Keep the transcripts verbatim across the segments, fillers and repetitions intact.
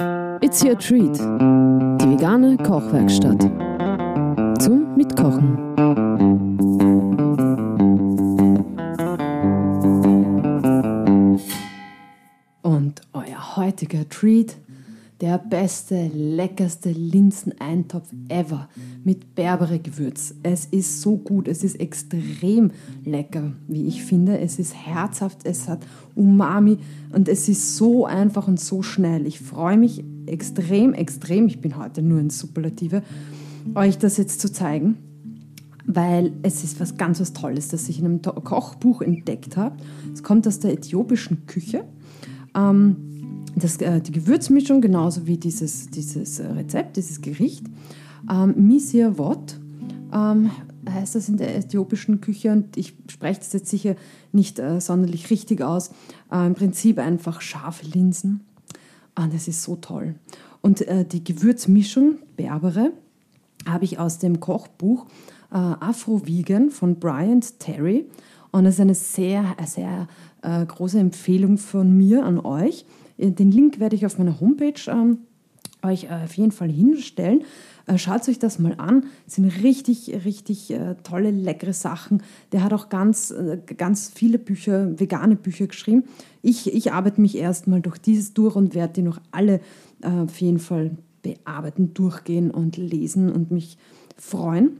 It's your treat. Die vegane Kochwerkstatt. Zum Mitkochen. Und euer heutiger Treat, der beste, leckerste Linseneintopf ever mit Berbere-Gewürz. Es ist so gut, es ist extrem lecker, wie ich finde. Es ist herzhaft, es hat Umami und es ist so einfach und so schnell. Ich freue mich extrem, extrem, ich bin heute nur in Superlative, euch das jetzt zu zeigen, weil es ist was ganz was Tolles, das ich in einem Kochbuch entdeckt habe. Es kommt aus der äthiopischen Küche. Ähm, Das, äh, die Gewürzmischung, genauso wie dieses, dieses Rezept, dieses Gericht. Ähm, Misirwot ähm, heißt das in der äthiopischen Küche und ich spreche das jetzt sicher nicht äh, sonderlich richtig aus. Äh, Im Prinzip einfach scharfe Linsen. Ah, das ist so toll. Und äh, die Gewürzmischung, Berbere, habe ich aus dem Kochbuch äh, Afro-Vegan von Bryant Terry. Und das ist eine sehr, sehr äh, große Empfehlung von mir an euch. Den Link werde ich auf meiner Homepage ähm, euch äh, auf jeden Fall hinstellen. Äh, schaut euch das mal an. Es sind richtig, richtig äh, tolle, leckere Sachen. Der hat auch ganz, äh, ganz viele Bücher, vegane Bücher geschrieben. Ich, ich arbeite mich erstmal durch dieses durch und werde die noch alle äh, auf jeden Fall bearbeiten, durchgehen und lesen und mich freuen.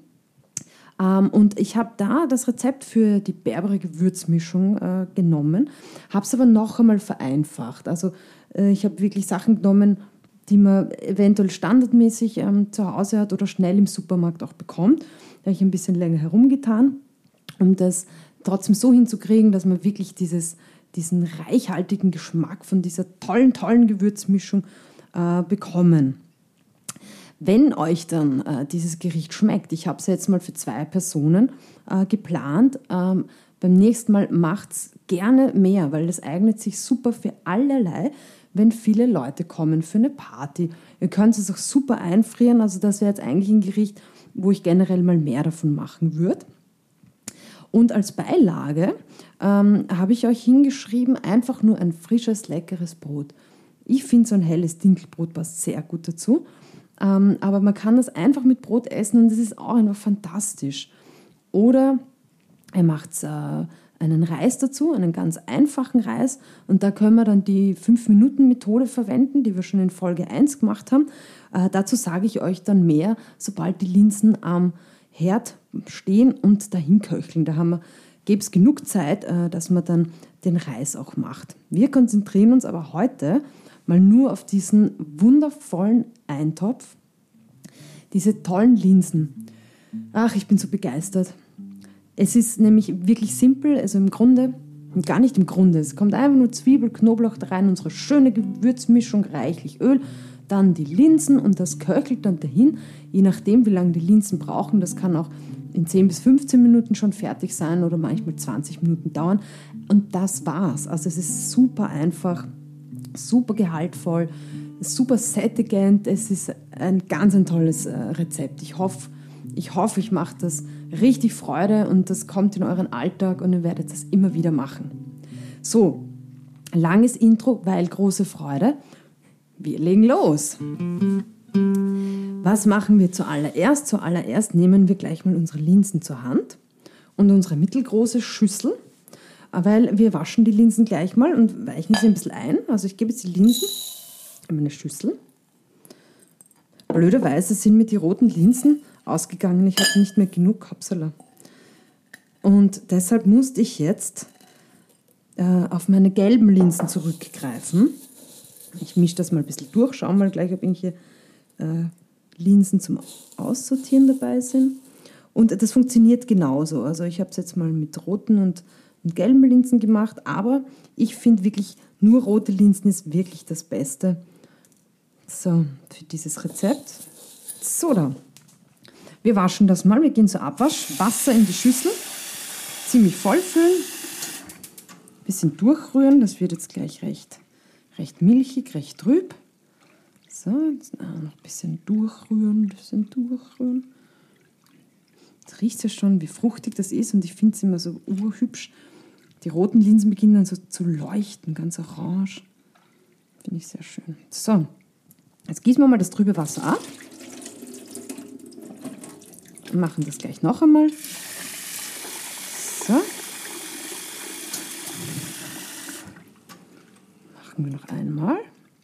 Um, und ich habe da das Rezept für die Berbere Gewürzmischung äh, genommen, habe es aber noch einmal vereinfacht. Also äh, ich habe wirklich Sachen genommen, die man eventuell standardmäßig ähm, zu Hause hat oder schnell im Supermarkt auch bekommt. Da habe ich ein bisschen länger herumgetan, um das trotzdem so hinzukriegen, dass man wirklich dieses, diesen reichhaltigen Geschmack von dieser tollen, tollen Gewürzmischung äh, bekommen. Wenn euch dann äh, dieses Gericht schmeckt, ich habe es jetzt mal für zwei Personen äh, geplant, ähm, beim nächsten Mal macht es gerne mehr, weil das eignet sich super für allerlei, wenn viele Leute kommen für eine Party. Ihr könnt es auch super einfrieren, also das wäre jetzt eigentlich ein Gericht, wo ich generell mal mehr davon machen würde. Und als Beilage ähm, habe ich euch hingeschrieben, einfach nur ein frisches, leckeres Brot. Ich finde so ein helles Dinkelbrot passt sehr gut dazu. Ähm, aber man kann das einfach mit Brot essen und das ist auch einfach fantastisch. Oder er macht äh, einen Reis dazu, einen ganz einfachen Reis und da können wir dann die fünf Minuten Methode verwenden, die wir schon in Folge eins gemacht haben. Äh, dazu sage ich euch dann mehr, sobald die Linsen am Herd stehen und dahin köcheln. Da haben wir, gäbe es genug Zeit, äh, dass man dann den Reis auch macht. Wir konzentrieren uns aber heute mal nur auf diesen wundervollen Eintopf, diese tollen Linsen. Ach, ich bin so begeistert. Es ist nämlich wirklich simpel, also im Grunde, gar nicht im Grunde, es kommt einfach nur Zwiebel, Knoblauch da rein, unsere schöne Gewürzmischung, reichlich Öl, dann die Linsen und das köchelt dann dahin, je nachdem, wie lange die Linsen brauchen. Das kann auch in zehn bis fünfzehn Minuten schon fertig sein oder manchmal zwanzig Minuten dauern. Und das war's. Also es ist super einfach, super gehaltvoll, super sättigend. Es ist ein ganz ein tolles äh, Rezept. Ich hoffe, ich, hoffe, ich mache das richtig Freude und das kommt in euren Alltag und ihr werdet das immer wieder machen. So, langes Intro, weil große Freude. Wir legen los. Was machen wir zuallererst? Zuallererst nehmen wir gleich mal unsere Linsen zur Hand und unsere mittelgroße Schüssel, weil wir waschen die Linsen gleich mal und weichen sie ein bisschen ein. Also ich gebe jetzt die Linsen in meine Schüssel. Blöderweise sind mir die roten Linsen ausgegangen. Ich hatte nicht mehr genug Kapsala. Und deshalb musste ich jetzt äh, auf meine gelben Linsen zurückgreifen. Ich mische das mal ein bisschen durch. Schau mal gleich, ob irgendwelche äh, Linsen zum Aussortieren dabei sind. Und das funktioniert genauso. Also ich habe es jetzt mal mit roten und und gelben Linsen gemacht, aber ich finde wirklich, nur rote Linsen ist wirklich das Beste. So, für dieses Rezept. So, da. Wir waschen das mal, wir gehen zur Abwasch, Wasser in die Schüssel, ziemlich voll füllen, bisschen durchrühren, das wird jetzt gleich recht, recht milchig, recht trüb. So, jetzt noch ein bisschen durchrühren, ein bisschen durchrühren. Jetzt riecht es ja schon, wie fruchtig das ist und ich finde es immer so urhübsch. Die roten Linsen beginnen dann so zu leuchten, ganz orange. Finde ich sehr schön. So, Jetzt gießen wir mal das trübe Wasser ab. Und machen das gleich noch einmal. So. Machen wir noch einmal.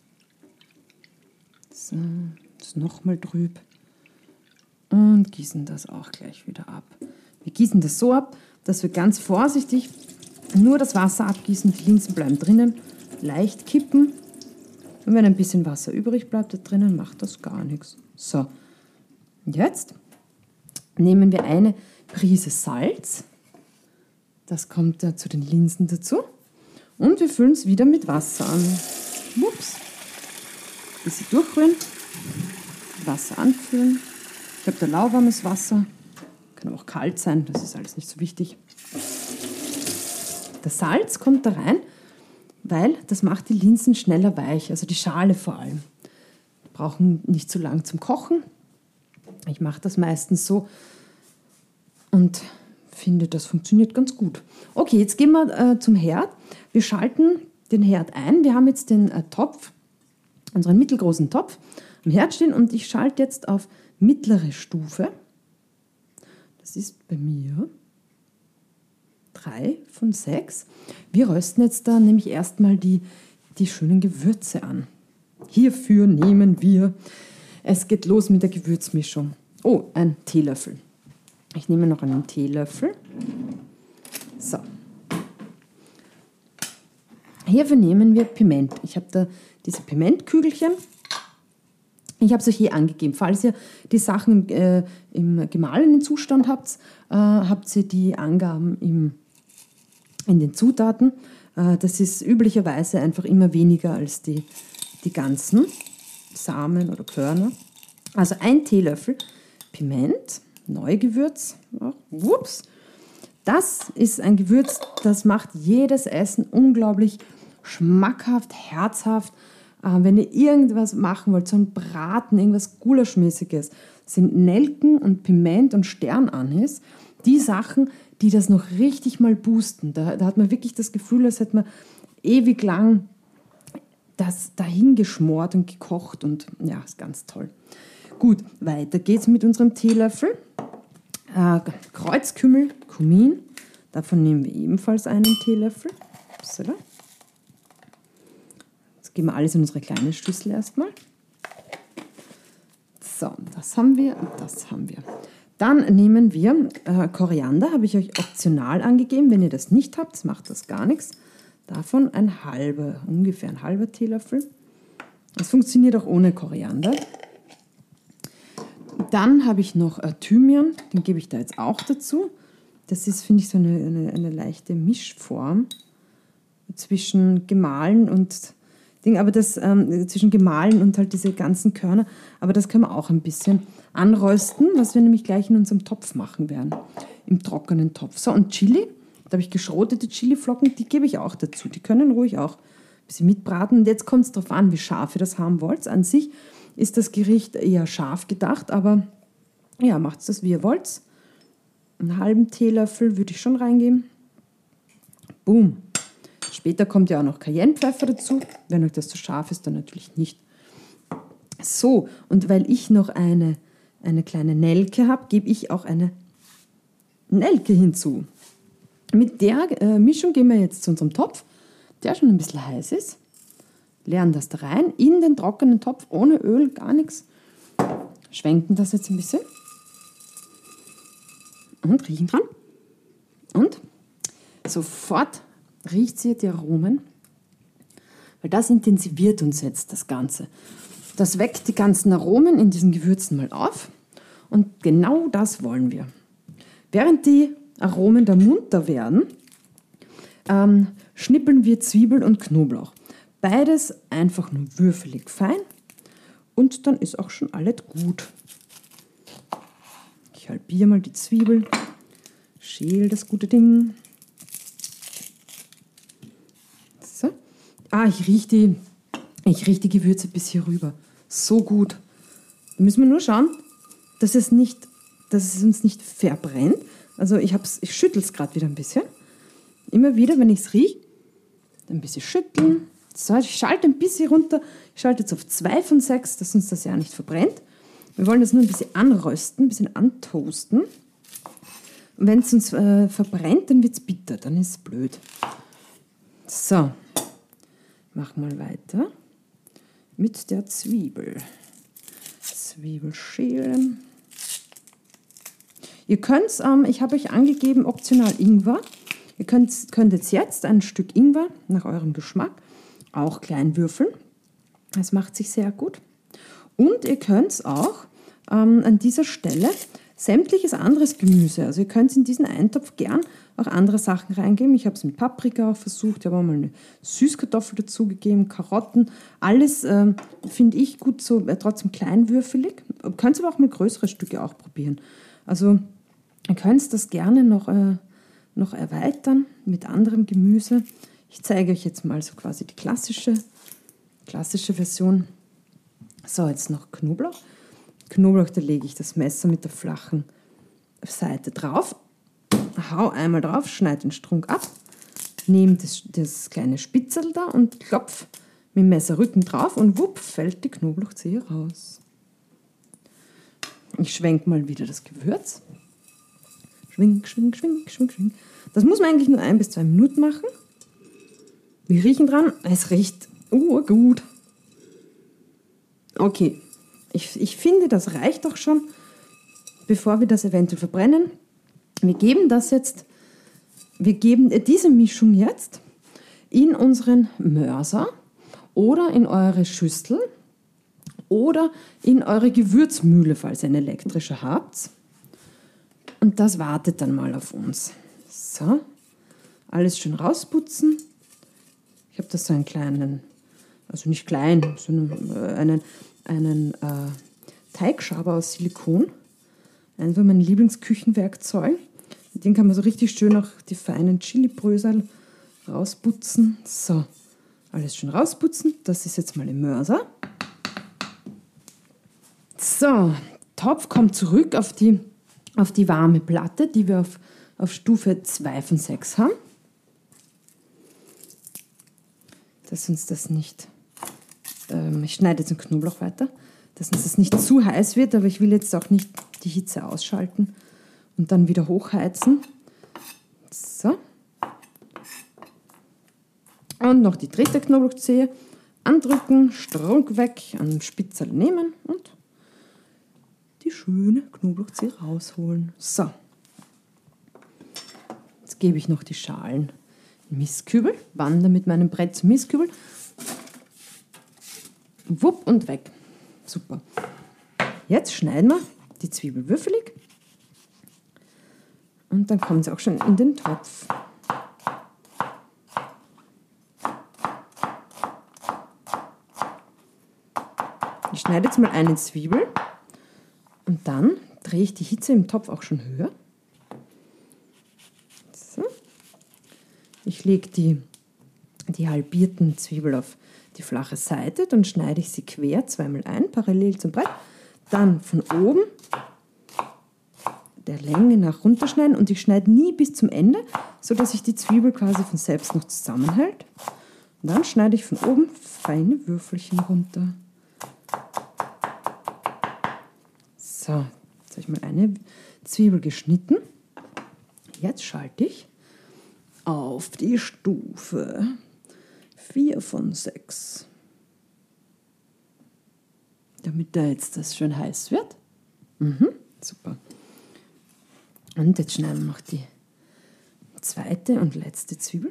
So, das nochmal trüb. Und gießen das auch gleich wieder ab. Wir gießen das so ab, dass wir ganz vorsichtig nur das Wasser abgießen. Die Linsen bleiben drinnen. Leicht kippen. Und wenn ein bisschen Wasser übrig bleibt da drinnen, macht das gar nichts. So, und jetzt nehmen wir eine Prise Salz. Das kommt da zu den Linsen dazu. Und wir füllen es wieder mit Wasser an. Ups. Ein bisschen durchrühren. Wasser anfüllen. Ich habe da lauwarmes Wasser. Kann aber auch kalt sein, das ist alles nicht so wichtig. Das Salz kommt da rein, weil das macht die Linsen schneller weich, also die Schale vor allem. Die brauchen nicht so lang zum Kochen. Ich mache das meistens so und finde, das funktioniert ganz gut. Okay, jetzt gehen wir äh, zum Herd. Wir schalten den Herd ein. Wir haben jetzt den äh, Topf, unseren mittelgroßen Topf am Herd stehen und ich schalte jetzt auf mittlere Stufe. Das ist bei mir drei von sechs. Wir rösten jetzt da nämlich erstmal die, die schönen Gewürze an. Hierfür nehmen wir, es geht los mit der Gewürzmischung. Oh, ein Teelöffel. Ich nehme noch einen Teelöffel. So. Hierfür nehmen wir Piment. Ich habe da diese Pimentkügelchen. Ich habe es euch hier angegeben. Falls ihr die Sachen äh, im gemahlenen Zustand habt, äh, habt ihr die Angaben im, in den Zutaten. Äh, das ist üblicherweise einfach immer weniger als die, die ganzen Samen oder Körner. Also ein Teelöffel Piment, Neugewürz. Ja, ups. Das ist ein Gewürz, das macht jedes Essen unglaublich schmackhaft, herzhaft. Wenn ihr irgendwas machen wollt, so ein Braten, irgendwas Gulaschmäßiges, sind Nelken und Piment und Sternanis die Sachen, die das noch richtig mal boosten. Da, da hat man wirklich das Gefühl, als hätte man ewig lang das dahin geschmort und gekocht und ja, ist ganz toll. Gut, weiter geht's mit unserem Teelöffel. Äh, Kreuzkümmel, Kumin, davon nehmen wir ebenfalls einen Teelöffel. Upsala. Geben wir alles in unsere kleine Schüssel erstmal. So, das haben wir und das haben wir. Dann nehmen wir äh, Koriander, habe ich euch optional angegeben. Wenn ihr das nicht habt, macht das gar nichts. Davon ein halber, ungefähr ein halber Teelöffel. Das funktioniert auch ohne Koriander. Dann habe ich noch äh, Thymian, den gebe ich da jetzt auch dazu. Das ist, finde ich, so eine, eine, eine leichte Mischform zwischen gemahlen und Ding, aber das ähm, zwischen gemahlen und halt diese ganzen Körner, aber das können wir auch ein bisschen anrösten, was wir nämlich gleich in unserem Topf machen werden, im trockenen Topf. So, und Chili, da habe ich geschrotete Chiliflocken, die gebe ich auch dazu, die können ruhig auch ein bisschen mitbraten. Und jetzt kommt es darauf an, wie scharf ihr das haben wollt. An sich ist das Gericht eher scharf gedacht, aber ja, macht das, wie ihr wollt. Einen halben Teelöffel würde ich schon reingeben. Boom. Später kommt ja auch noch Cayennepfeffer dazu. Wenn euch das zu scharf ist, dann natürlich nicht. So, und weil ich noch eine, eine kleine Nelke habe, gebe ich auch eine Nelke hinzu. Mit der äh, Mischung gehen wir jetzt zu unserem Topf, der schon ein bisschen heiß ist. Leeren das da rein, in den trockenen Topf, ohne Öl, gar nichts. Schwenken das jetzt ein bisschen. Und riechen dran. Und sofort riecht sie die Aromen, weil das intensiviert uns jetzt das Ganze. Das weckt die ganzen Aromen in diesen Gewürzen mal auf und genau das wollen wir. Während die Aromen da munter werden, ähm, schnippeln wir Zwiebel und Knoblauch. Beides einfach nur würfelig fein und dann ist auch schon alles gut. Ich halbiere mal die Zwiebel, schäle das gute Ding. So. Ah, ich rieche die, ich rieche die Gewürze bis hier rüber. So gut. Da müssen wir nur schauen, dass es, nicht, dass es uns nicht verbrennt. Also ich, ich schüttle es gerade wieder ein bisschen. Immer wieder, wenn ich es rieche, ein bisschen schütteln. So, ich schalte ein bisschen runter. Ich schalte jetzt auf zwei von sechs, dass uns das ja nicht verbrennt. Wir wollen das nur ein bisschen anrösten, ein bisschen antoasten. Und wenn es uns äh, verbrennt, dann wird es bitter, dann ist es blöd. So, machen wir weiter mit der Zwiebel. Zwiebel schälen. Ihr könnt, ähm, ich habe euch angegeben, optional Ingwer. Ihr könnt, könnt jetzt, jetzt ein Stück Ingwer nach eurem Geschmack auch klein würfeln. Das macht sich sehr gut. Und ihr könnt auch ähm, an dieser Stelle sämtliches anderes Gemüse, also ihr könnt in diesen Eintopf gern auch andere Sachen reingeben. Ich habe es mit Paprika auch versucht, ich habe auch mal eine Süßkartoffel dazugegeben, Karotten, alles ähm, finde ich gut, so äh, trotzdem kleinwürfelig. Ihr könnt aber auch mal größere Stücke auch probieren. Also ihr könnt das gerne noch, äh, noch erweitern mit anderem Gemüse. Ich zeige euch jetzt mal so quasi die klassische, klassische Version. So, jetzt noch Knoblauch. Knoblauch, da lege ich das Messer mit der flachen Seite drauf, hau einmal drauf, schneide den Strunk ab, nehme das, das kleine Spitzel da und klopfe mit dem Messerrücken drauf und wupp, fällt die Knoblauchzehe raus. Ich schwenke mal wieder das Gewürz. Schwing, schwing, schwing, schwing, schwing. Das muss man eigentlich nur ein bis zwei Minuten machen. Wir riechen dran, es riecht urgut. Okay. Ich, ich finde, das reicht auch schon, bevor wir das eventuell verbrennen. Wir geben das jetzt, wir geben diese Mischung jetzt in unseren Mörser oder in eure Schüssel oder in eure Gewürzmühle, falls ihr eine elektrische habt. Und das wartet dann mal auf uns. So, alles schön rausputzen. Ich habe da so einen kleinen, also nicht klein, sondern einen einen äh, Teigschaber aus Silikon. Einfach mein Lieblingsküchenwerkzeug. Mit dem kann man so richtig schön auch die feinen Chili-Brösel rausputzen. So, alles schön rausputzen. Das ist jetzt mal im Mörser. So, Topf kommt zurück auf die, auf die warme Platte, die wir auf, auf Stufe zwei von sechs haben. Dass uns das nicht... Ich schneide jetzt den Knoblauch weiter, dass es nicht zu heiß wird, aber ich will jetzt auch nicht die Hitze ausschalten und dann wieder hochheizen. So. Und noch die dritte Knoblauchzehe andrücken, Strunk weg, an Spitzel nehmen und die schöne Knoblauchzehe rausholen. So. Jetzt gebe ich noch die Schalen in Mistkübel, wandere mit meinem Brett zum Mistkübel. Wupp und weg. Super. Jetzt schneiden wir die Zwiebel würfelig. Und dann kommt sie auch schon in den Topf. Ich schneide jetzt mal eine Zwiebel. Und dann drehe ich die Hitze im Topf auch schon höher. So. Ich lege die, die halbierten Zwiebel auf die flache Seite, dann schneide ich sie quer zweimal ein, parallel zum Brett, dann von oben der Länge nach runterschneiden und ich schneide nie bis zum Ende, sodass sich die Zwiebel quasi von selbst noch zusammenhält. Und dann schneide ich von oben feine Würfelchen runter. So, jetzt habe ich mal eine Zwiebel geschnitten. Jetzt schalte ich auf die Stufe vier von sechs. Damit da jetzt das schön heiß wird. Mhm, super. Und jetzt schneiden wir noch die zweite und letzte Zwiebel.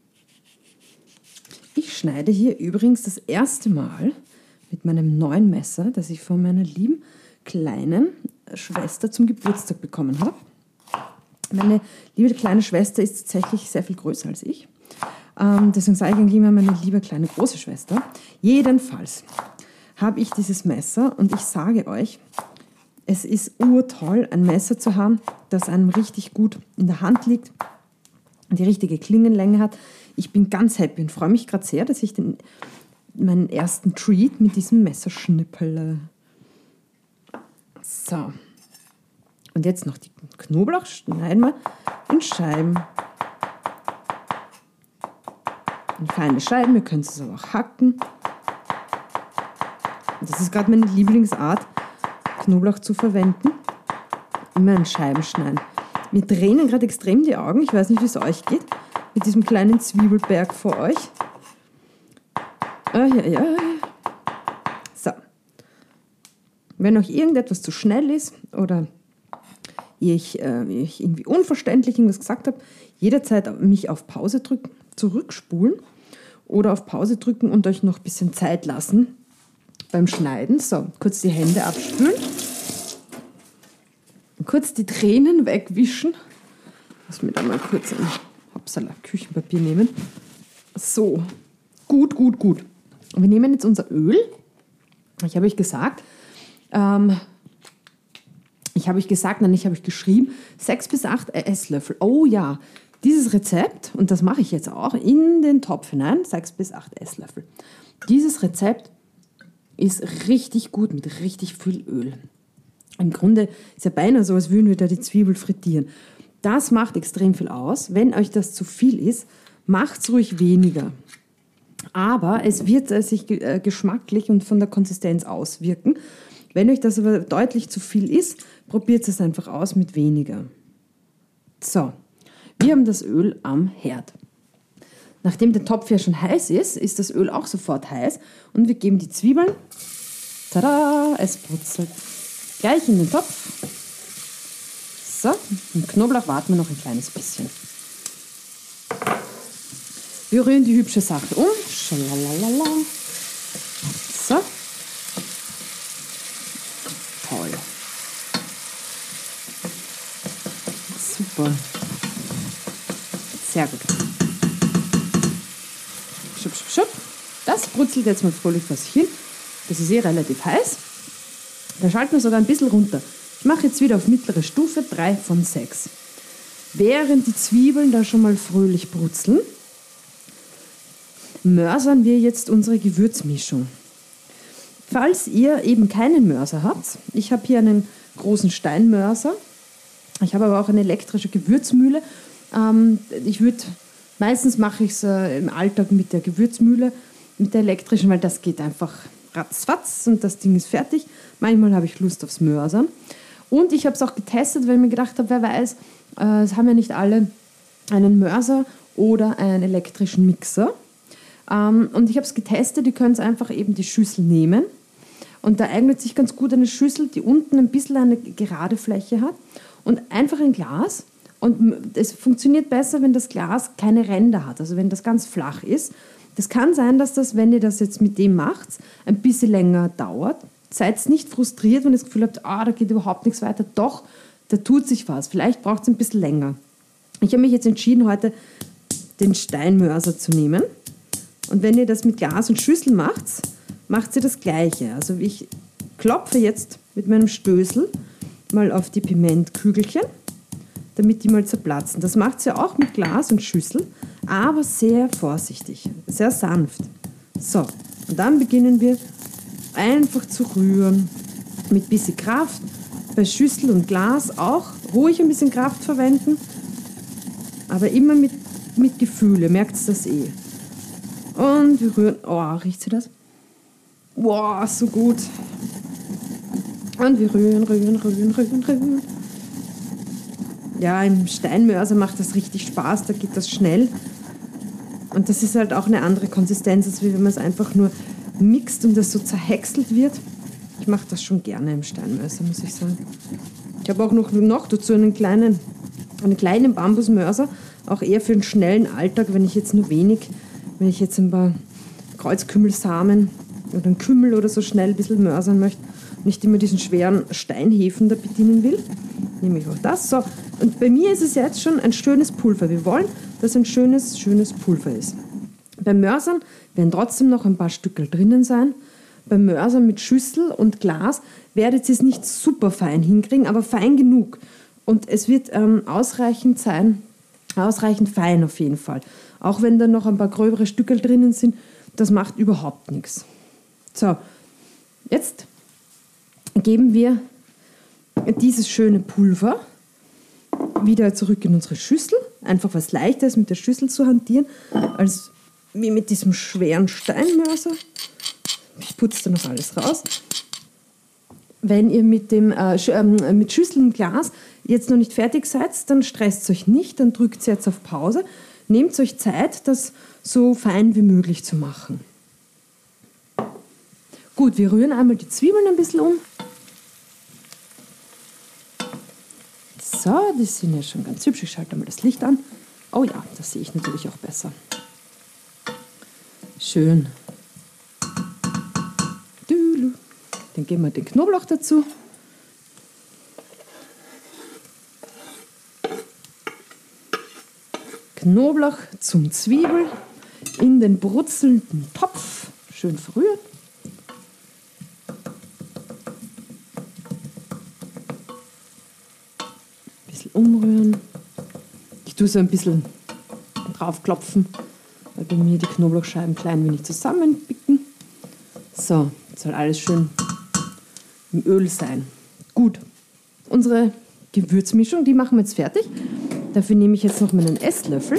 Ich schneide hier übrigens das erste Mal mit meinem neuen Messer, das ich von meiner lieben kleinen Schwester zum Geburtstag bekommen habe. Meine liebe kleine Schwester ist tatsächlich sehr viel größer als ich. Ähm, deswegen sage ich eigentlich immer meine liebe kleine große Schwester. Jedenfalls habe ich dieses Messer und ich sage euch, es ist urtoll, ein Messer zu haben, das einem richtig gut in der Hand liegt, die richtige Klingenlänge hat. Ich bin ganz happy und freue mich gerade sehr, dass ich den, meinen ersten Treat mit diesem Messer schnippele. So. Und jetzt noch die Knoblauch schneiden wir in Scheiben. in feine Scheiben. Ihr könnt es aber auch hacken. Das ist gerade meine Lieblingsart, Knoblauch zu verwenden. Immer in Scheiben schneiden. Mir tränen gerade extrem die Augen. Ich weiß nicht, wie es euch geht. Mit diesem kleinen Zwiebelberg vor euch. Ah, ja, ja. So. Wenn euch irgendetwas zu schnell ist oder ich, äh, ich irgendwie unverständlich irgendwas gesagt habe, jederzeit mich auf Pause drücken, zurückspulen oder auf Pause drücken und euch noch ein bisschen Zeit lassen beim Schneiden. So, kurz die Hände abspülen. Kurz die Tränen wegwischen. Lass mir da mal kurz ein Hopsala, Küchenpapier nehmen. So, gut, gut, gut. Wir nehmen jetzt unser Öl. Ich habe euch gesagt, ähm, ich habe euch gesagt, nein, ich habe euch geschrieben, sechs bis acht Esslöffel. Oh ja, dieses Rezept, und das mache ich jetzt auch, in den Topf hinein, sechs bis acht Esslöffel. Dieses Rezept ist richtig gut mit richtig viel Öl. Im Grunde ist ja beinahe so, als würden wir da die Zwiebel frittieren. Das macht extrem viel aus. Wenn euch das zu viel ist, macht es ruhig weniger. Aber es wird sich geschmacklich und von der Konsistenz auswirken. Wenn euch das aber deutlich zu viel ist, probiert es einfach aus mit weniger. So, wir haben das Öl am Herd. Nachdem der Topf ja schon heiß ist, ist das Öl auch sofort heiß. Und wir geben die Zwiebeln, tada, es brutzelt, gleich in den Topf. So, und Knoblauch warten wir noch ein kleines bisschen. Wir rühren die hübsche Sache um. Schalalala. So. Toll. Super. Sehr gut. Schupp, schupp, schupp. Das brutzelt jetzt mal fröhlich vor sich hin. Das ist eh relativ heiß. Da schalten wir sogar ein bisschen runter. Ich mache jetzt wieder auf mittlere Stufe, drei von sechs. Während die Zwiebeln da schon mal fröhlich brutzeln, mörsern wir jetzt unsere Gewürzmischung. Falls ihr eben keinen Mörser habt, ich habe hier einen großen Steinmörser, ich habe aber auch eine elektrische Gewürzmühle. Ähm, ich würde, meistens mache ich es äh, im Alltag mit der Gewürzmühle, mit der elektrischen, weil das geht einfach ratzfatz und das Ding ist fertig. Manchmal habe ich Lust aufs Mörsern. Und ich habe es auch getestet, weil ich mir gedacht habe, wer weiß, äh, es haben ja nicht alle einen Mörser oder einen elektrischen Mixer. Ähm, und ich habe es getestet, ihr könnt einfach eben die Schüssel nehmen. Und da eignet sich ganz gut eine Schüssel, die unten ein bisschen eine gerade Fläche hat. Und einfach ein Glas. Und es funktioniert besser, wenn das Glas keine Ränder hat, also wenn das ganz flach ist. Das kann sein, dass das, wenn ihr das jetzt mit dem macht, ein bisschen länger dauert. Seid nicht frustriert, wenn ihr das Gefühl habt, ah, da geht überhaupt nichts weiter. Doch, da tut sich was. Vielleicht braucht es ein bisschen länger. Ich habe mich jetzt entschieden, heute den Steinmörser zu nehmen. Und wenn ihr das mit Glas und Schüssel macht, macht ihr das Gleiche. Also ich klopfe jetzt mit meinem Stößel mal auf die Pimentkügelchen, damit die mal zerplatzen. Das macht sie auch mit Glas und Schüssel, aber sehr vorsichtig, sehr sanft. So, und dann beginnen wir einfach zu rühren mit ein bisschen Kraft. Bei Schüssel und Glas auch ruhig ein bisschen Kraft verwenden, aber immer mit, mit Gefühl, ihr merkt das eh. Und wir rühren, oh, riecht sie das? Wow, so gut. Und wir rühren, rühren, rühren, rühren, rühren. Ja, im Steinmörser macht das richtig Spaß, da geht das schnell. Und das ist halt auch eine andere Konsistenz, als wenn man es einfach nur mixt und das so zerhäckselt wird. Ich mache das schon gerne im Steinmörser, muss ich sagen. Ich habe auch noch, noch dazu einen kleinen, einen kleinen Bambusmörser, auch eher für einen schnellen Alltag, wenn ich jetzt nur wenig, wenn ich jetzt ein paar Kreuzkümmelsamen oder einen Kümmel oder so schnell ein bisschen mörsern möchte, nicht immer diesen schweren Steinhefen da bedienen will, nehme ich auch das. So, und bei mir ist es jetzt schon ein schönes Pulver. Wir wollen, dass ein schönes, schönes Pulver ist. Beim Mörsern werden trotzdem noch ein paar Stückel drinnen sein. Beim Mörsern mit Schüssel und Glas werdet ihr es nicht super fein hinkriegen, aber fein genug. Und es wird ähm, ausreichend sein, ausreichend fein auf jeden Fall. Auch wenn da noch ein paar gröbere Stückel drinnen sind, das macht überhaupt nichts. So, jetzt geben wir dieses schöne Pulver wieder zurück in unsere Schüssel. Einfach was Leichtes mit der Schüssel zu hantieren, als wie mit diesem schweren Steinmörser. Ich putze da noch alles raus. Wenn ihr mit, dem, äh, Sch äh, mit Schüssel und Glas jetzt noch nicht fertig seid, dann stresst euch nicht, dann drückt jetzt auf Pause. Nehmt euch Zeit, das so fein wie möglich zu machen. Gut, wir rühren einmal die Zwiebeln ein bisschen um. So, die sind ja schon ganz hübsch. Ich schalte mal das Licht an. Oh ja, das sehe ich natürlich auch besser. Schön. Dann geben wir den Knoblauch dazu. Knoblauch zum Zwiebel in den brutzelnden Topf. Schön verrühren. Ein bisschen umrühren. Ich tue so ein bisschen draufklopfen, weil bei mir die Knoblauchscheiben klein wenig zusammenbicken. So, jetzt soll alles schön im Öl sein. Gut, unsere Gewürzmischung, die machen wir jetzt fertig. Dafür nehme ich jetzt noch meinen Esslöffel.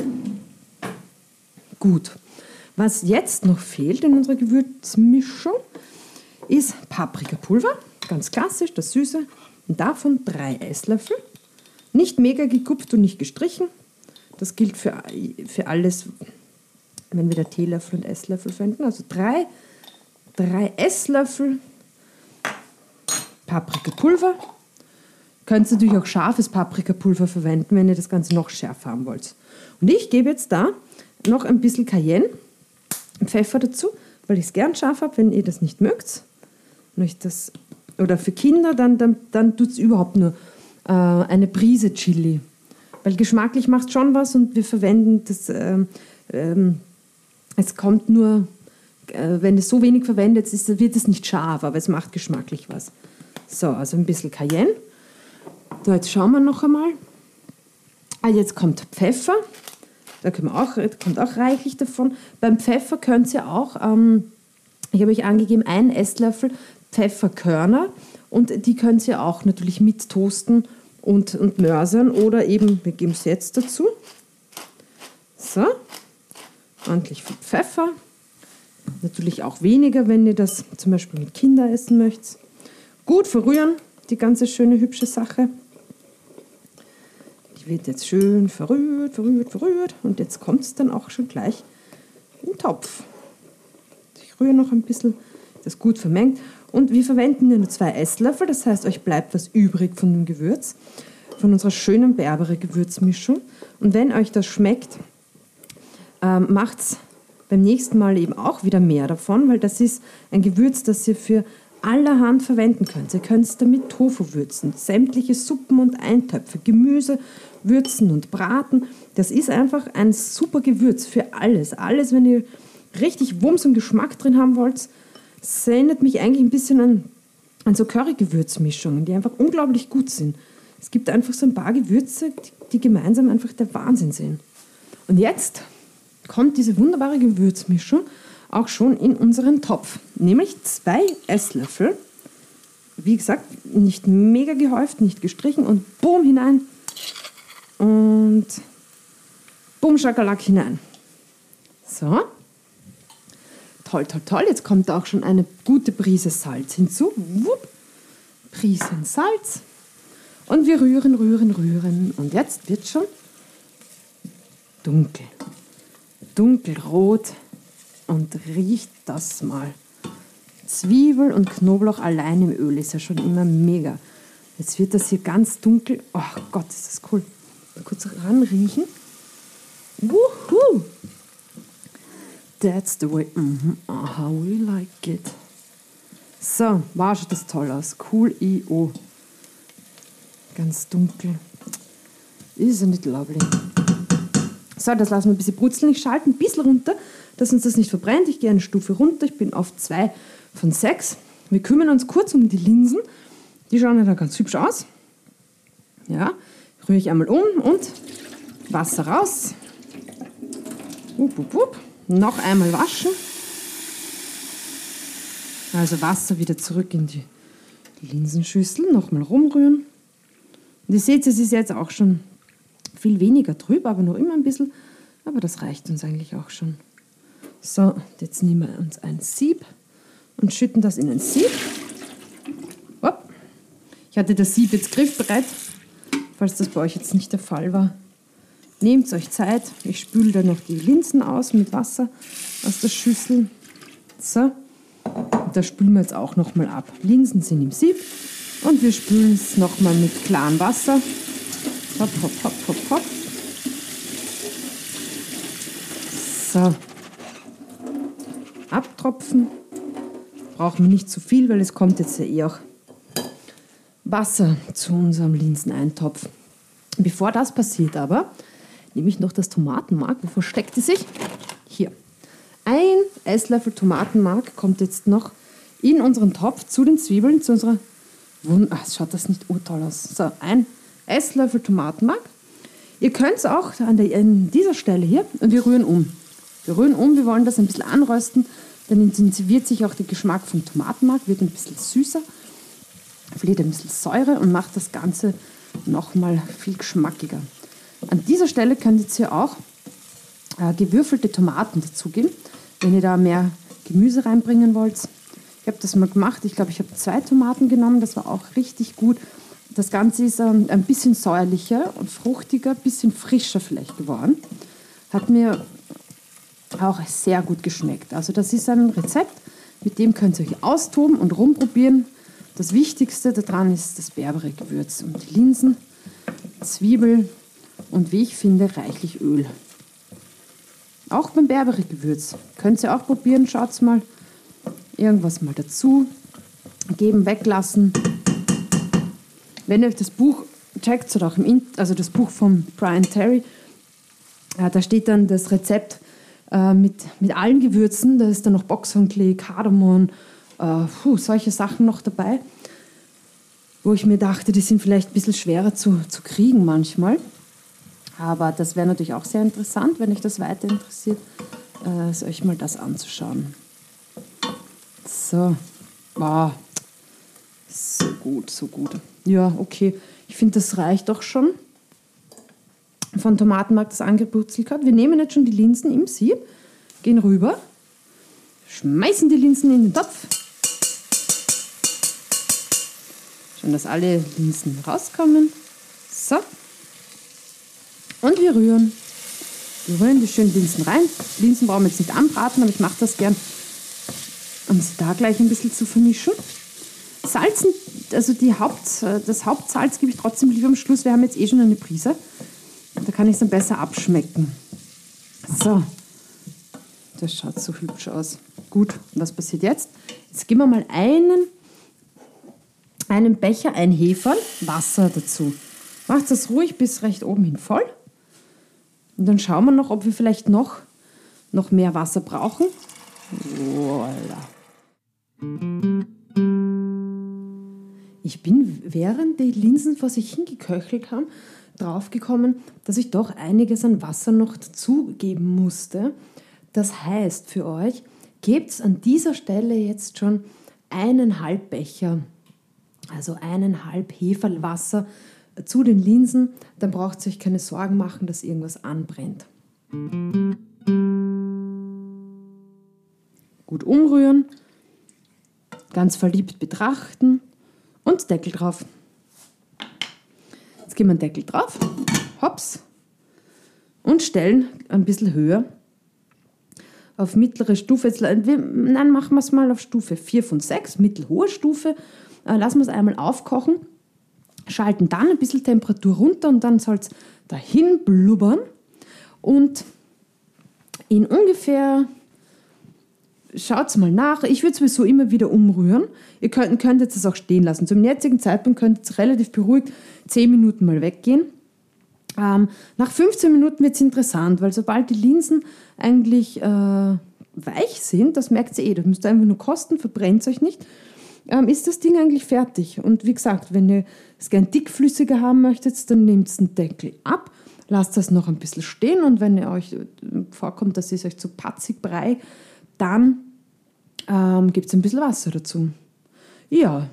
Gut, was jetzt noch fehlt in unserer Gewürzmischung, ist Paprikapulver, ganz klassisch, das Süße. Und davon drei Esslöffel. Nicht mega gekupft und nicht gestrichen. Das gilt für, für alles, wenn wir da Teelöffel und Esslöffel verwenden. Also drei, drei Esslöffel Paprikapulver. Könnt ihr natürlich auch scharfes Paprikapulver verwenden, wenn ihr das Ganze noch schärfer haben wollt. Und ich gebe jetzt da noch ein bisschen Cayenne, Pfeffer dazu, weil ich es gern scharf habe. Wenn ihr das nicht mögt, das, oder für Kinder, dann, dann, dann tut es überhaupt nur äh, eine Prise Chili. Weil geschmacklich macht schon was und wir verwenden das, ähm, ähm, es kommt nur, äh, wenn es so wenig verwendet ist, wird es nicht scharf, aber es macht geschmacklich was. So, also ein bisschen Cayenne. So, jetzt schauen wir noch einmal. Ah, jetzt kommt Pfeffer. Da können wir auch, kommt auch reichlich davon. Beim Pfeffer könnt ihr auch, ähm, ich habe euch angegeben, einen Esslöffel Pfefferkörner. Und die könnt ihr auch natürlich mit toasten und, und mörsern. Oder eben, wir geben es jetzt dazu. So, ordentlich viel Pfeffer. Natürlich auch weniger, wenn ihr das zum Beispiel mit Kindern essen möchtet. Gut verrühren, die ganze schöne, hübsche Sache. Die wird jetzt schön verrührt, verrührt, verrührt. Und jetzt kommt es dann auch schon gleich in den Topf. Ich rühre noch ein bisschen, das gut vermengt. Und wir verwenden nur zwei Esslöffel, das heißt, euch bleibt was übrig von dem Gewürz, von unserer schönen Berbere-Gewürzmischung. Und wenn euch das schmeckt, ähm, macht es beim nächsten Mal eben auch wieder mehr davon, weil das ist ein Gewürz, das ihr für allerhand verwenden könnt. Ihr könnt es damit Tofu würzen, sämtliche Suppen und Eintöpfe, Gemüse würzen und braten. Das ist einfach ein super Gewürz für alles. Alles, wenn ihr richtig Wumms und Geschmack drin haben wollt. Das erinnert mich eigentlich ein bisschen an, an so Curry-Gewürzmischungen, die einfach unglaublich gut sind. Es gibt einfach so ein paar Gewürze, die, die gemeinsam einfach der Wahnsinn sind. Und jetzt kommt diese wunderbare Gewürzmischung auch schon in unseren Topf. Nämlich zwei Esslöffel. Wie gesagt, nicht mega gehäuft, nicht gestrichen. Und boom hinein. Und boom Schakalak hinein. So. Toll, toll, toll. Jetzt kommt auch schon eine gute Prise Salz hinzu. Wupp. Prisen Salz. Und wir rühren, rühren, rühren. Und jetzt wird es schon dunkel. Dunkelrot. Und riecht das mal. Zwiebel und Knoblauch allein im Öl ist ja schon immer mega. Jetzt wird das hier ganz dunkel. Oh Gott, ist das cool. Mal kurz ranriechen. Wuhu! That's the way. Mm-hmm. Aha, we like it. So, wow, schaut das toll aus. Cool I O. Ganz dunkel. Isn't it lovely? So, das lassen wir ein bisschen brutzeln. Ich schalte ein bisschen runter, dass uns das nicht verbrennt. Ich gehe eine Stufe runter. Ich bin auf zwei von sechs. Wir kümmern uns kurz um die Linsen. Die schauen ja da ganz hübsch aus. Ja, rühre ich einmal um und Wasser raus. Upp, upp, upp. Noch einmal waschen. Also Wasser wieder zurück in die Linsenschüssel. Nochmal rumrühren. Und ihr seht, es ist jetzt auch schon viel weniger trüb, aber noch immer ein bisschen. Aber das reicht uns eigentlich auch schon. So, jetzt nehmen wir uns ein Sieb und schütten das in ein Sieb. Hopp. Ich hatte das Sieb jetzt griffbereit, falls das bei euch jetzt nicht der Fall war. Nehmt euch Zeit. Ich spüle dann noch die Linsen aus mit Wasser aus der Schüssel. So, und das spülen wir jetzt auch nochmal ab. Linsen sind im Sieb und wir spülen es nochmal mit klarem Wasser. Hopp, hopp, hopp, hopp, hopp. So. Abtropfen. Brauchen wir nicht zu viel, weil es kommt jetzt ja eh auch Wasser zu unserem Linseneintopf. Bevor das passiert aber, nehme ich noch das Tomatenmark. Wo versteckt es sich? Hier. Ein Esslöffel Tomatenmark kommt jetzt noch in unseren Topf zu den Zwiebeln, zu unserer... Ach, schaut das nicht urtoll aus. So, ein Esslöffel Tomatenmark. Ihr könnt es auch an, der, an dieser Stelle hier und wir rühren um. Wir rühren um, wir wollen das ein bisschen anrösten, dann intensiviert sich auch der Geschmack vom Tomatenmark, wird ein bisschen süßer, verliert ein bisschen Säure und macht das Ganze nochmal viel geschmackiger. An dieser Stelle könnt ihr jetzt hier auch äh, gewürfelte Tomaten dazugeben, wenn ihr da mehr Gemüse reinbringen wollt. Ich habe das mal gemacht, ich glaube, ich habe zwei Tomaten genommen, das war auch richtig gut. Das Ganze ist ähm, ein bisschen säuerlicher und fruchtiger, ein bisschen frischer vielleicht geworden. Hat mir auch sehr gut geschmeckt. Also das ist ein Rezept, mit dem könnt ihr euch austoben und rumprobieren. Das Wichtigste daran ist das Berbere-Gewürz und die Linsen, Zwiebel und wie ich finde, reichlich Öl. Auch beim Berbere-Gewürz könnt ihr auch probieren. Schaut mal, irgendwas mal dazu geben, weglassen. Wenn ihr euch das Buch checkt, oder auch im In- also das Buch von Brian Terry, äh, da steht dann das Rezept äh, mit, mit allen Gewürzen. Da ist dann noch Boxhornklee, Kardamom, äh, puh, solche Sachen noch dabei, wo ich mir dachte, die sind vielleicht ein bisschen schwerer zu, zu kriegen manchmal. Aber das wäre natürlich auch sehr interessant, wenn euch das weiter interessiert, äh, euch mal das anzuschauen. So, wow, so gut, so gut. Ja, okay, ich finde, das reicht doch schon von Tomatenmark, das angeputzelt hat. Wir nehmen jetzt schon die Linsen im Sieb, gehen rüber, schmeißen die Linsen in den Topf. Schauen, dass alle Linsen rauskommen. So. Und wir rühren. Wir rühren die schönen Linsen rein. Linsen brauchen wir jetzt nicht anbraten, aber ich mache das gern, um sie da gleich ein bisschen zu vermischen. Salzen, also die Haupt, das Hauptsalz gebe ich trotzdem lieber am Schluss. Wir haben jetzt eh schon eine Prise. Da kann ich es dann besser abschmecken. So, das schaut so hübsch aus. Gut, was passiert jetzt? Jetzt geben wir mal einen, einen Becher, ein Heferl, Wasser dazu. Macht das ruhig bis recht oben hin voll. Und dann schauen wir noch, ob wir vielleicht noch, noch mehr Wasser brauchen. Voilà. Ich bin, während die Linsen vor sich hingeköchelt haben, draufgekommen, dass ich doch einiges an Wasser noch dazugeben musste. Das heißt für euch, gebt an dieser Stelle jetzt schon eineinhalb Becher, also eineinhalb Heferl Wasser zu den Linsen. Dann braucht ihr euch keine Sorgen machen, dass irgendwas anbrennt. Gut umrühren, ganz verliebt betrachten und Deckel drauf. Jetzt geben wir einen Deckel drauf, hops, und stellen ein bisschen höher auf mittlere Stufe. Jetzt, nein, machen wir es mal auf Stufe vier von sechs, mittelhohe Stufe. Lassen wir es einmal aufkochen, schalten dann ein bisschen Temperatur runter und dann soll es dahin blubbern. Und in ungefähr, schaut mal nach, ich würde sowieso immer wieder umrühren. Ihr könnt, könnt jetzt das auch stehen lassen. Zum jetzigen Zeitpunkt könnt ihr relativ beruhigt zehn Minuten mal weggehen. Ähm, nach fünfzehn Minuten wird es interessant, weil sobald die Linsen eigentlich äh, weich sind, das merkt ihr eh, das müsst ihr einfach nur kosten, verbrennt es euch nicht, ähm, ist das Ding eigentlich fertig. Und wie gesagt, wenn ihr es gern dickflüssiger haben möchtet, dann nehmt den Deckel ab, lasst das noch ein bisschen stehen und wenn ihr euch vorkommt, dass es euch zu patzig Brei, dann ähm, gibt es ein bisschen Wasser dazu. Ja.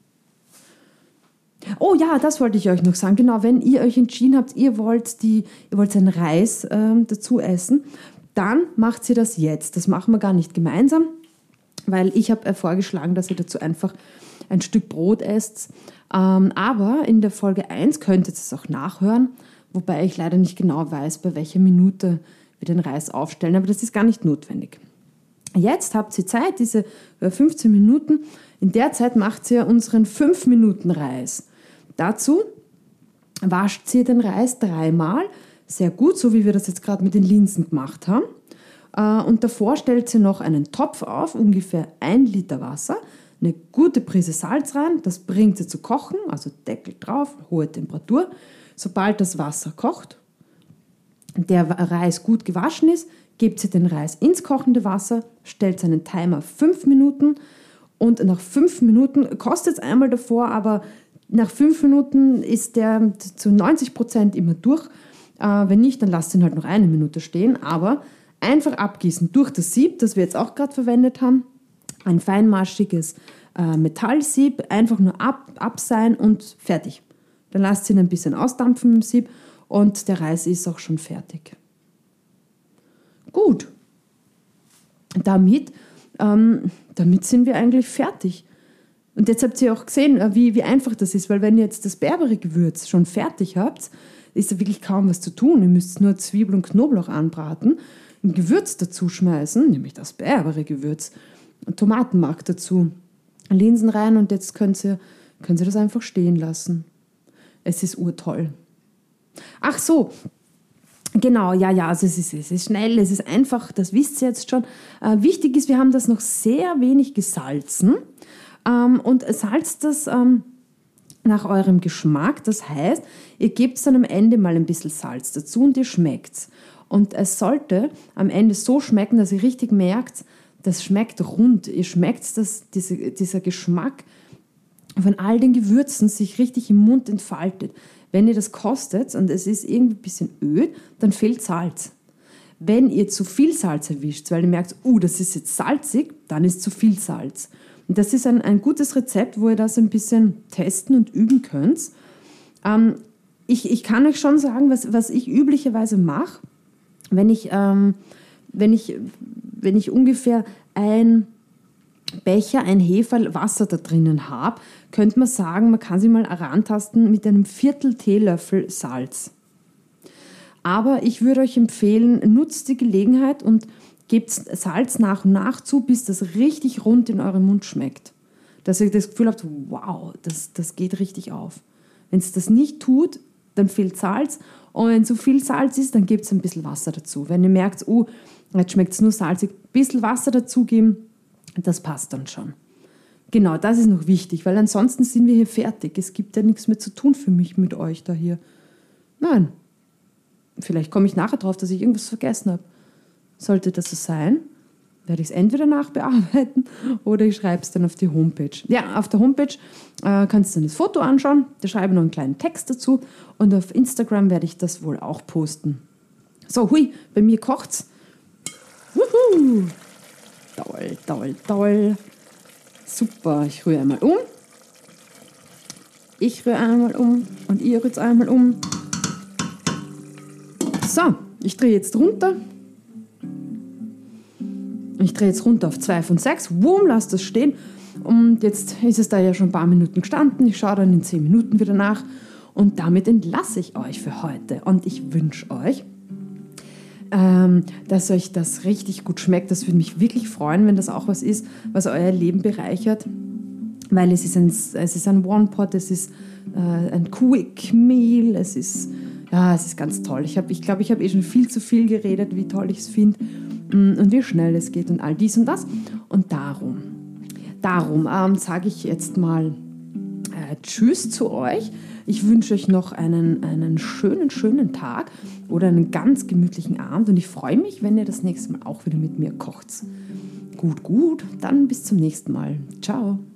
Oh ja, das wollte ich euch noch sagen. Genau, wenn ihr euch entschieden habt, ihr wollt, die, ihr wollt einen Reis ähm, dazu essen, dann macht ihr das jetzt. Das machen wir gar nicht gemeinsam, weil ich habe vorgeschlagen, dass ihr dazu einfach ein Stück Brot esst. Ähm, aber in der Folge eins könnt ihr es auch nachhören, wobei ich leider nicht genau weiß, bei welcher Minute wir den Reis aufstellen, aber das ist gar nicht notwendig. Jetzt habt ihr Zeit, diese fünfzehn Minuten. In der Zeit macht ihr unseren fünf Minuten Reis. Dazu wascht ihr den Reis dreimal, sehr gut, so wie wir das jetzt gerade mit den Linsen gemacht haben. Und davor stellt ihr noch einen Topf auf, ungefähr ein Liter Wasser, eine gute Prise Salz rein, das bringt sie zu kochen, also Deckel drauf, hohe Temperatur. Sobald das Wasser kocht, der Reis gut gewaschen ist, gebt ihr den Reis ins kochende Wasser, stellt einen Timer fünf Minuten und nach fünf Minuten, kostet es einmal davor, aber nach fünf Minuten ist der zu neunzig Prozent immer durch. Äh, wenn nicht, dann lasst ihn halt noch eine Minute stehen, aber einfach abgießen durch das Sieb, das wir jetzt auch gerade verwendet haben. Ein feinmaschiges äh, Metallsieb, einfach nur ab, abseihen und fertig. Dann lasst ihn ein bisschen ausdampfen im Sieb und der Reis ist auch schon fertig. Gut. Damit, ähm, damit sind wir eigentlich fertig. Und jetzt habt ihr auch gesehen, wie, wie einfach das ist, weil wenn ihr jetzt das Berbere-Gewürz schon fertig habt, ist da wirklich kaum was zu tun. Ihr müsst nur Zwiebel und Knoblauch anbraten, ein Gewürz dazu schmeißen, nämlich das Berbere-Gewürz, Tomatenmark dazu, Linsen rein und jetzt könnt ihr, könnt ihr das einfach stehen lassen. Es ist urtoll. Ach so, genau, ja, ja, also es ist, es ist schnell, es ist einfach, das wisst ihr jetzt schon. Äh, wichtig ist, wir haben das noch sehr wenig gesalzen ähm, und salzt das ähm, nach eurem Geschmack. Das heißt, ihr gebt dann am Ende mal ein bisschen Salz dazu und ihr schmeckt's. Und es sollte am Ende so schmecken, dass ihr richtig merkt, das schmeckt rund. Ihr schmeckt, dass diese, dieser Geschmack von all den Gewürzen sich richtig im Mund entfaltet. Wenn ihr das kostet und es ist irgendwie ein bisschen öd, dann fehlt Salz. Wenn ihr zu viel Salz erwischt, weil ihr merkt, uh, das ist jetzt salzig, dann ist zu viel Salz. Und das ist ein, ein gutes Rezept, wo ihr das ein bisschen testen und üben könnt. Ähm, ich, ich kann euch schon sagen, was, was ich üblicherweise mache, wenn ich, ähm, wenn ich, wenn ich ungefähr ein Becher, ein Heferl Wasser da drinnen habe, könnte man sagen, man kann sich mal herantasten mit einem Viertel Teelöffel Salz. Aber ich würde euch empfehlen, nutzt die Gelegenheit und gebt Salz nach und nach zu, bis das richtig rund in eurem Mund schmeckt. Dass ihr das Gefühl habt, wow, das, das geht richtig auf. Wenn es das nicht tut, dann fehlt Salz. Und wenn zu viel Salz ist, dann gebt ein bisschen Wasser dazu. Wenn ihr merkt, oh, jetzt schmeckt es nur salzig, ein bisschen Wasser dazugeben, das passt dann schon. Genau, das ist noch wichtig, weil ansonsten sind wir hier fertig. Es gibt ja nichts mehr zu tun für mich mit euch da hier. Nein. Vielleicht komme ich nachher drauf, dass ich irgendwas vergessen habe. Sollte das so sein, werde ich es entweder nachbearbeiten oder ich schreibe es dann auf die Homepage. Ja, auf der Homepage äh, kannst du dann das Foto anschauen, da schreibe ich noch einen kleinen Text dazu und auf Instagram werde ich das wohl auch posten. So, hui, bei mir kocht's. Wuhu! Toll, toll, toll. Super, ich rühre einmal um. Ich rühre einmal um und ihr rührt einmal um. So, ich drehe jetzt runter. Ich drehe jetzt runter auf zwei von sechs. Wumm, lass das stehen. Und jetzt ist es da ja schon ein paar Minuten gestanden. Ich schaue dann in zehn Minuten wieder nach. Und damit entlasse ich euch für heute. Und ich wünsche euch, ähm, dass euch das richtig gut schmeckt. Das würde mich wirklich freuen, wenn das auch was ist, was euer Leben bereichert. Weil es ist ein, es ist ein One-Pot, es ist äh, ein Quick Meal, es ist, ja, es ist ganz toll. Ich glaube, ich, glaub, ich habe eh schon viel zu viel geredet, wie toll ich es finde und wie schnell es geht und all dies und das. Und darum, darum ähm, sage ich jetzt mal äh, Tschüss zu euch. Ich wünsche euch noch einen, einen schönen, schönen Tag oder einen ganz gemütlichen Abend und ich freue mich, wenn ihr das nächste Mal auch wieder mit mir kocht. Gut, gut, dann bis zum nächsten Mal. Ciao.